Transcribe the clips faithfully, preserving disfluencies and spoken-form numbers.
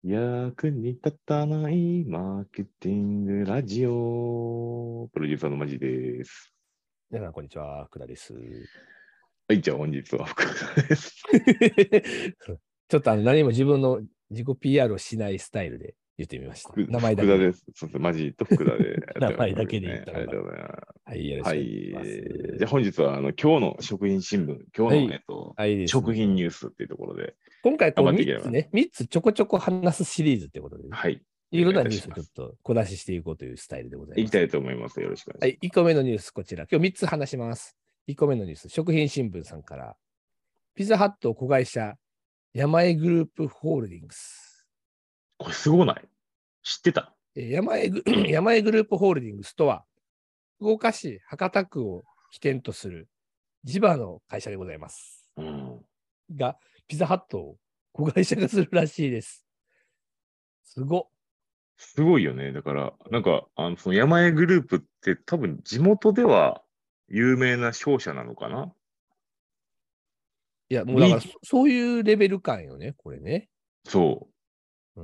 役に立たないマーケティングラジオ。プロデューサーのマジです。 皆さん、こんにちは。福田です。 はい、じゃあ本日は福田です。 ちょっとあの何も自分の自己 ピーアール をしないスタイルで言ってみました。 福名前だけで。 福田です。そうですね、マジと福田でやってます名前だけで言っね。 たのが。 ありがとうございます。 はい、よろしはくお願いします。 い。じゃあ本日はあの今日の食品新聞、今日の、えはい。 っと、 はいですね。 食品ニュースっていうところで今回、こう頑張っていけ 3 ればな。 つね、みっつちょこちょこ話すシリーズってことで、ね、 はい。お願いいいろんなニュースをちょったします。 と小出ししていこうというスタイルでございます。 いきたいと思います。よろしくお願いはい、 します。 いっこめのニュース、こちら。今日みっつ話します。いっこめのニュース、食品新聞さんから、ピザハット子会社、山江グループホールディングス。 これすごない？知ってた？ 山江グ山江グループホールディングスとは、福岡市博多区を起点とする地場の会社でございます。 うん。 が、ピザハットを子会社化するらしいです。すご。 すごいよね。だから、なんか、あの、その山江グループって多分地元では有名な商社なのかな。 いや、もうだからリそ、そういうレベル感よね、これね。 そうん。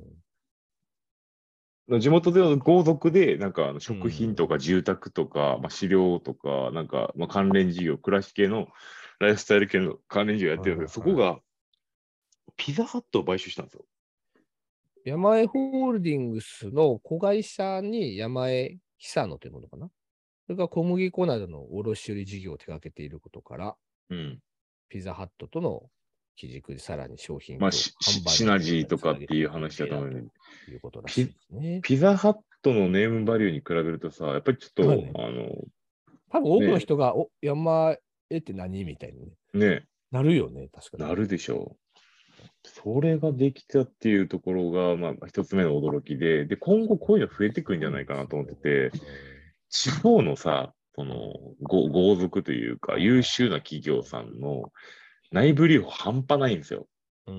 う。地元では豪族で、なんかあの食品とうん。 か住宅とか、まあ、飼料とか、なんか、まあ、関連事業、暮らし系のライフスタイル系の関連事業やってるんですけど、そこがピザハットを買収したんですよ。 山江ホールディングスの子会社に山江久野というものかな。それから小麦粉などの卸売事業を手掛けていることから、 うん。 ピザハットとの基軸でさらに商品まあ、 供しし販売シナジーの強化にとかっていうつなげていく予話だと思う定だとので、 いうことらしいピ、 ですね。 ピザハットのネームバリューに比べるとさ、やっぱりちょっと、 まあね、 あの、 多分多くのね、 人が、お、山江って何みたいに、ね、 ね、 なるよね、確かに。 なるでしょう。それができたっていうところが、まあ、一つ目の驚きで、で、今後こういうの増えてくるんじゃないかなと思ってて、地方のさ、その、ご豪族というか、優秀な企業さんの内部留保半端ないんですよ。 うん。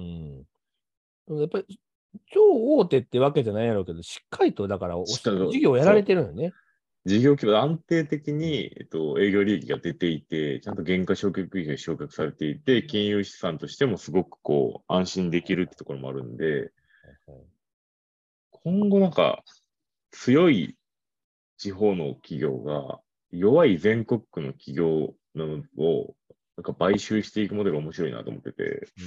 うん。やっぱり、超大手ってわけじゃないやろうけど、しっかりと、だからお、 下の、 事業をやられそう。 てるよね。 事業規模安定的に、えっと、営業利益が出ていて、ちゃんと減価償却費が償却されていて、金融資産としてもすごくこう、安心できるってところもあるんで、今後なんか、強い地方の企業が、弱い全国区の企業なのを、なんか買収していくモデル面白いなと思ってて、 うん。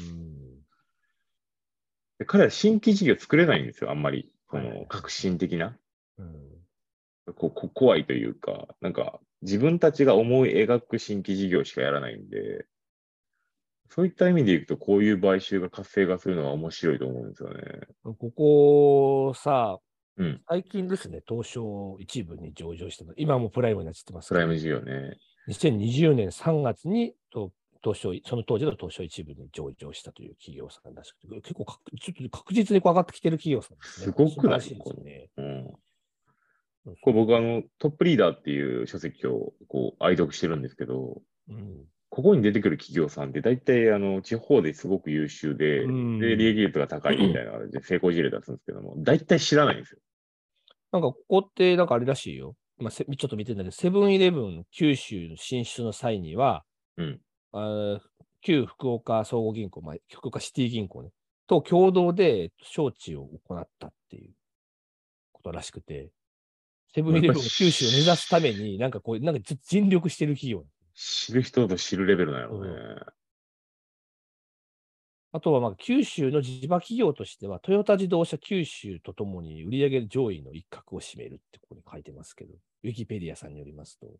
で彼ら新規事業作れないんですよ、あんまり。そはいはいはい。 の、革新的な。 うん。 ここ怖いというか、なんか、自分たちが思い描く新規事業しかやらないんで、そういった意味でいくと、こういう買収が活性化するのは面白いと思うんですよね。 ここさ、 うん。 最近ですね、東証一部に上場したの。今もプライムになっちゃってますけど、 プライム事業ね。 にせんにじゅうねんさんがつに東東証、その当時の東証一部に上場したという企業さんらしくて、結構かちょっと確実にこう上がってきてる企業さんですね。 すごくな素晴らしいですいこよね。 の、うん。 そうそうこれ僕あの、トップリーダーっていう書籍をこう愛読してるんですけど、 うん。 ここに出てくる企業さんって大体あの、地方ですごく優秀うで、で、利ん。 益率が高いみたいなので成功事例出すんですけども、大体知らないんですよ。 なんかここってなんかあれらしいよ。まあ、せちょっと見てるんだけど、セブンイレブン九州の進出の際には、 うん。 あ旧福岡総合銀行、まあ、福岡シティ銀行ね、と共同で招致を行ったっていうことらしくて、セブンイレやっぱりブンが九州を目指すために、なんかこう、なんか尽力してる企業。 知る人と知るレベルなんやろううん。 ね。 あとは、まあ、九州の地場企業としては、トヨタ自動車九州とともに売上上位の一角を占めるってここに書いてますけど、ウィキペディアさんによりますと。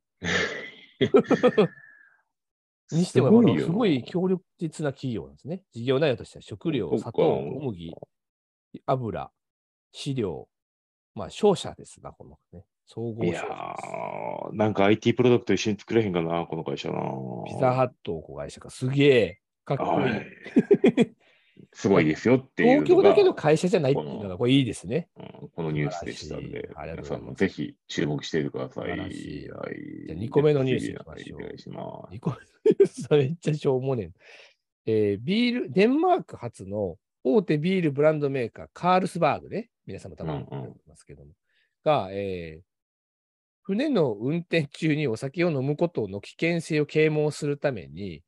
にしても、このすごいよすごい強力実な企業なんですね。事業内容としては食な。 料、 そっ砂糖、小か。 麦、油、飼料、まあ、商社ですな、このね。総いや合商社です。 ー、なんか アイティー プロダクト一緒に作れへんかな、この会社な。 ピザハット子会社か。すげえ。かっこいい。 はい。すごいですよってい東京だけうのが、 の会社じゃないっこの、 ていうのが、これいいですね。 うん、この素晴らニュースでしい。 したんで、 ありがと皆さんうございます。 もぜひ注目していてくださ素晴らしい。 い。 はじゃあ、 い。 2 じゃあ個目のニュース次、 いきはい、おましょう。 願いします。 にこめのニュースはめっちゃしょうもねん。えービール、デンマーク発の大手ビールブランドメーカー、カールスバーグね。皆様多うんう分知ってん。 ますけども。が、えー船の運転中にお酒を飲むことの危険性を啓蒙するために、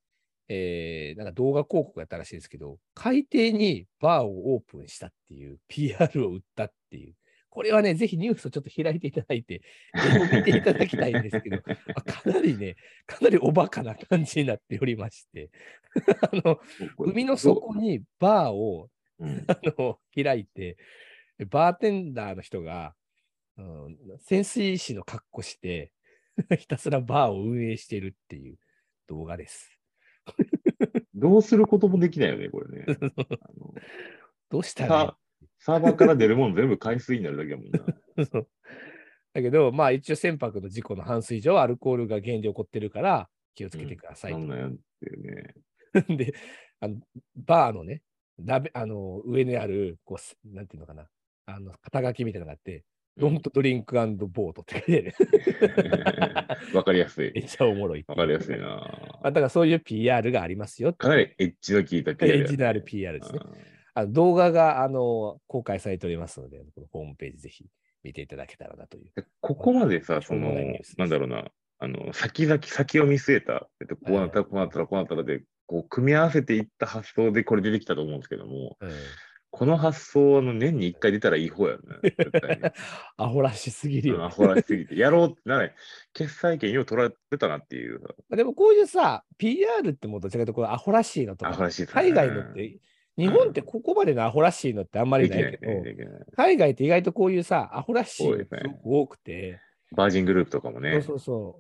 えーなんか動画広告やったらしいですけど、海底にバーをオープンしたっていう ピーアール を売ったっていう。これはね、ぜひニュースをちょっと開いていただいて、絵を見ていただきたいんですけど、あかなりね、かなりおバカな感じになっておりまして、あの、海の底にバーを、 うん、 あの開いて、バーテンダーの人が、うん、潜水士の格好して、ひたすらバーを運営しているっていう動画です。 どうすることもできないよね、これね。あのどうしたらいいササーバーから出るもの全部海水になるだけだもんな。 だけど、まあ一応船舶の事故の半数以上はアルコールが原因で起こってるから気をつけてくださいと。 なんなんやっていうね。 で、あのバーのね、ラベあの上にあるこう、なんていうのかな、あの肩書きみたいなのがあって、ドントドリンクボートって書いてある。 わかりやすい。 めっちゃおもろい。 わかりやすいな。 まあ、だからそういう ピーアール がありますよ。 かなりエッジの効いた ピーアール、ね。 エッジのある ピーアール ですね。あの動画があの公開されておりますので、このホームページぜひ見ていただけたらなという。 ここまでさ、その、なんだろうな、あの、先々、先を見据えた、えっと、こうなったら、こうなったら、こうなったらで、こう、組み合わせていった発想でこれ出てきたと思うんですけども、うん、この発想はあの年にいっかい出たらいい方やね。絶対に。 アホらしすぎるよ、ね。 アホらしすぎて。やろうってなら、決済権よう取られたなっていう。 でもこういうさ、ピーアール ってもうどちらかというとこうアホらしいのとか、 アホらしい海外のって、日本ってここまでのアホらしいのってあんまりないけど、海外って意外とこういうさ、アホらしいのすごく多くて、 バージングループとかもね。 そうそうそう。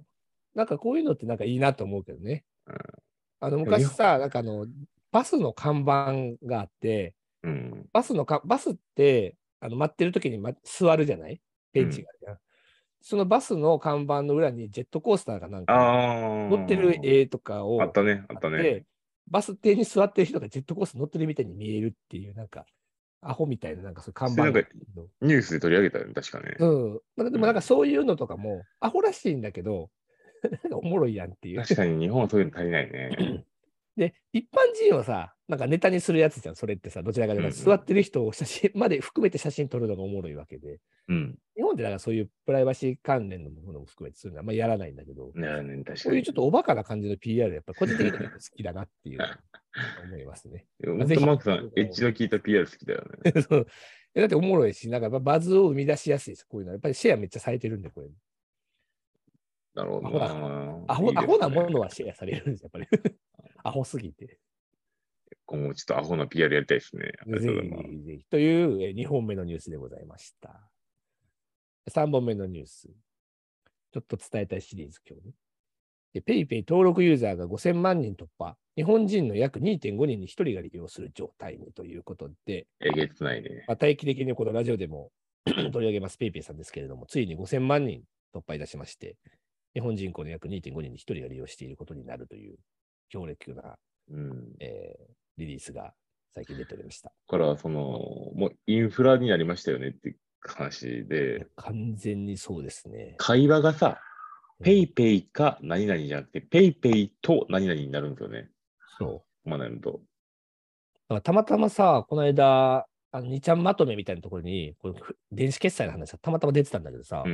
なんかこういうのってなんかいいなと思うけどね。うん、あの昔さ、なんかあの、バスの看板があって、うん、バスのか、バスってあの待ってる時に、ま、座るじゃないベンチがあるじゃん。うん、そのバスの看板の裏にジェットコースターがなんか乗ってる絵とかをあったね、あったね。 バス停に座ってる人がジェットコースター乗ってるみたいに見えるっていう、なんか、アホみたいな、なんかそういう看板が。 ニュースで取り上げたよね、確かね。 うん。でもなんかそういうのとかも、アホらしいんだけど、なんかおもろいやんっていう。 確かに日本はそういうの足りないね。 で、一般人をさ、なんかネタにするやつじゃん、それってさ、どちらかというと、座ってる人を写真まで含めて写真撮るのがおもろいわけで、うん、日本でだからそういうプライバシー関連のものも含めてするのはあんまりやらないんだけど、 ね、確かにこういうちょっとおバカな感じの ピーアール、やっぱ個人的に好きだなっていう思いますね。 本当マークさん、エッジの効いた ピーアール 好きだよね。 そうだっておもろいし、なんかバズを生み出しやすいです。こういうのは。やっぱりシェアめっちゃされてるんで、これ。 なるほどな。 アホな、アホなものはシェアされるんですやっぱり。アホすぎて。 今後ちょっとアホな ピーアール やりたいですね。 ぜひぜひ。というにほんめのニュースでございました。さんぼんめのニュース。ちょっと伝えたいシリーズ今日ね。ペイペイ登録ユーザーがごせんまんにん突破。日本人の約 にてんごにんにひとりが利用する状態にということで、 えげつないね。 まあ、定期的にこのラジオでも取り上げますペイペイさんですけれども、ついにごせんまんにん突破いたしまして、日本人口の約 にてんごにんにひとりが利用していることになるという強烈な、うんえー、リリースが最近出ておりました。 だから、その、もうインフラになりましたよねって話で。 完全にそうですね。 会話がさ、ペイペイか何々じゃなくて、ペイペイと何々になるんですよね。 そう。 学ぶと。 たまたまさ、この間、あのにちゃんまとめみたいなところに、この電子決済の話がたまたま出てたんだけどさ、うんうん、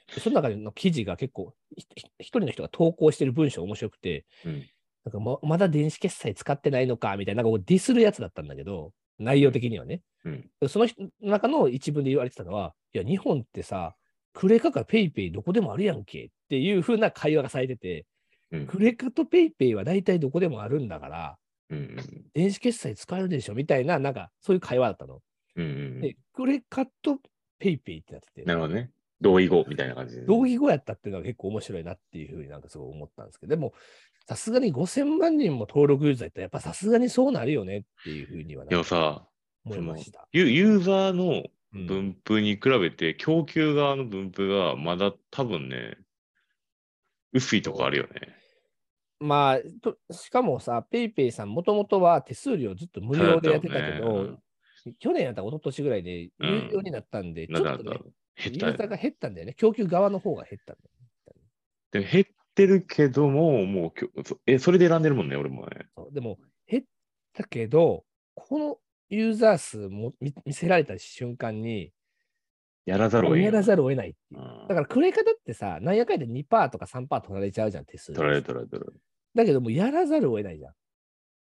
その中の記事が結構、一人の人が投稿してる文章面白くて、うん、なんか ま, まだ電子決済使ってないのかみたいな、なんかディスるやつだったんだけど、内容的にはね。うんうん、その中の一文で言われてたのは、いや、日本ってさ、クレカかペイペイどこでもあるやんけっていう風な会話がされてて、うん、クレカとペイペイは大体どこでもあるんだから、うんうん、電子決済使えるでしょみたいな、なんかそういう会話だったの。うんうん、でクレカとペイペイってなってて。 なるほどね。同意語みたいな感じで、ね。 同意語やったっていうのは結構面白いなっていうふうになんかすごい思ったんですけど、でも、さすがにごせんまんにんも登録ユーザーやったら、やっぱさすがにそうなるよねっていうふうにはなんか思いました。 ユーザーの分布に比べて、うん、供給側の分布がまだ多分ね、薄いとこあるよね。 まあと、しかもさ、ペイペイさん、もともとは手数料ずっと無料でやってたけど、ねうん、去年やったら一昨年ぐらいで有料になったんで、うん、ちょっとね、ユーザーが減ったんだよね。供給側の方が減ったんだよね。 で減ってるけども、もう、え、それで選んでるもんね、俺もね。 そうでも、減ったけど、このユーザー数も見せられた瞬間に、 やらざるを得ない。 やらざるを得ないっていう。だから、クレカだってさ、なんやかんやで にパーセント とか さんパーセント 取られちゃうじゃん、手数料。 取られ取られ取られ。 だけども、やらざるを得ないじゃん。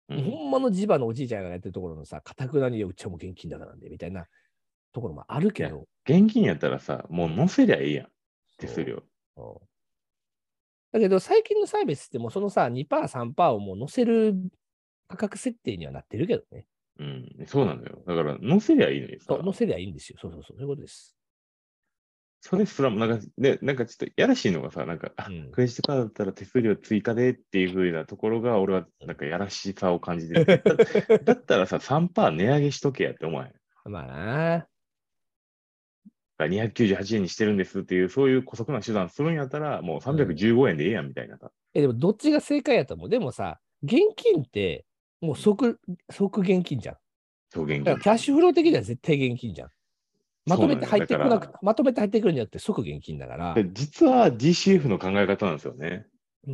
うん、ほんまの地場のおじいちゃんがやってるところのさ、かたくなにうちはもう現金だからなんで、みたいなところもあるけど。 現金やったらさ、もう載せりゃいいやん、手数料。 だけど、最近のサービスってもうそのさ、にパーセント、さんパーセントをもう載せる価格設定にはなってるけどね。 うん、そうなのよ。だから、載せりゃいいのにさ。 そう、載せりゃいいんですよ。そうそうそう、そういうことです。 それすらも、なんか、で、なんかちょっとやらしいのがさ、なんか、あ、うん、クレジットカードだったら手数料追加でっていう風なところが、俺はなんかやらしさを感じてて、だ, だったらさ、さんパーセント値上げしとけやって思わへん。 まあな。 にひゃくきゅうじゅうはちえんにしてるんですっていう、そういう姑息な手段するんやったら、もうさんびゃくじゅうごえんでええやんみたいなさ、うん。 え、でもどっちが正解やと思う。でもさ、現金って、もう即、即現金じゃん。 そう、現金。 だからキャッシュフロー的には絶対現金じゃん。まとめて入ってこなく、まとめて入ってくるんじゃなくて即現金だから。 実は ジーシーエフ の考え方なんですよね。 うん。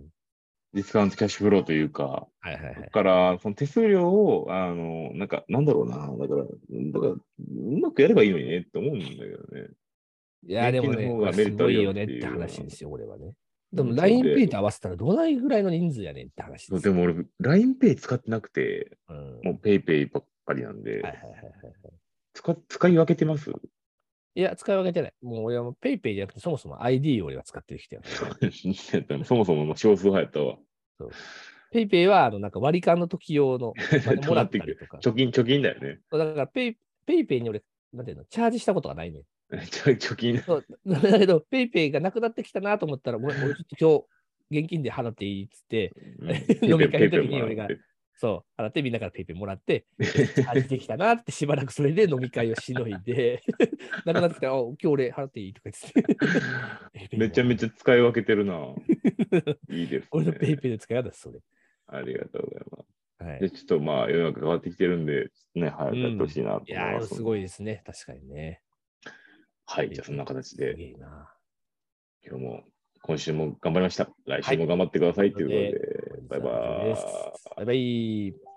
ディスカウントキャッシュフローというか、 はいはいはい。 だから、その手数料を、あの、なんか、なんだろうな、だから、だから、うまくやればいいのにねって思うんだけどね。 いや、でもね、これすごいよねって話ですよ、俺はね。でも ラインペイ と合わせたらどないぐらいの人数やねんって話です。 でも俺、ラインペイ 使ってなくて、うん、もう PayPay ばっかりなんで、はいはいはいはい、使使い分けてます？ いや、使い分けてない。もう俺は PayPay じゃなくて、そもそも アイディー を俺は使ってきてる。 そもそも少数派やったわ。 そう。PayPay は、あの、なんか割り勘の時用の、もらったりとか。 貯金、貯金だよね。 だから PayPay に俺、なんていうの、チャージしたことがないね。 貯金そうだけど、PayPay がなくなってきたなと思ったら、俺、俺ちょっと今日、現金で払っていいっつって、うん、飲み会の時に俺が、そう、払ってみんなから PayPay もらって、チャージできたなってしばらくそれで飲み会をしのいで、なくなってきたら、今日俺払っていいとか言って。 めちゃめちゃ使い分けてるな。いいですね。 俺の PayPay で使い方です、それ。 ありがとうございます。 はい、 でちょっとまあ世の中変わってきてるんで、ね、早くやってほしいなと思います、うん。いや、 すごいですね。確かにね。 はい、じゃあそんな形で。 すげえな。 今日も、今週も頑張りました。来週も頑張ってくださいということで、 はい、 バイバーイ。 バイバイ。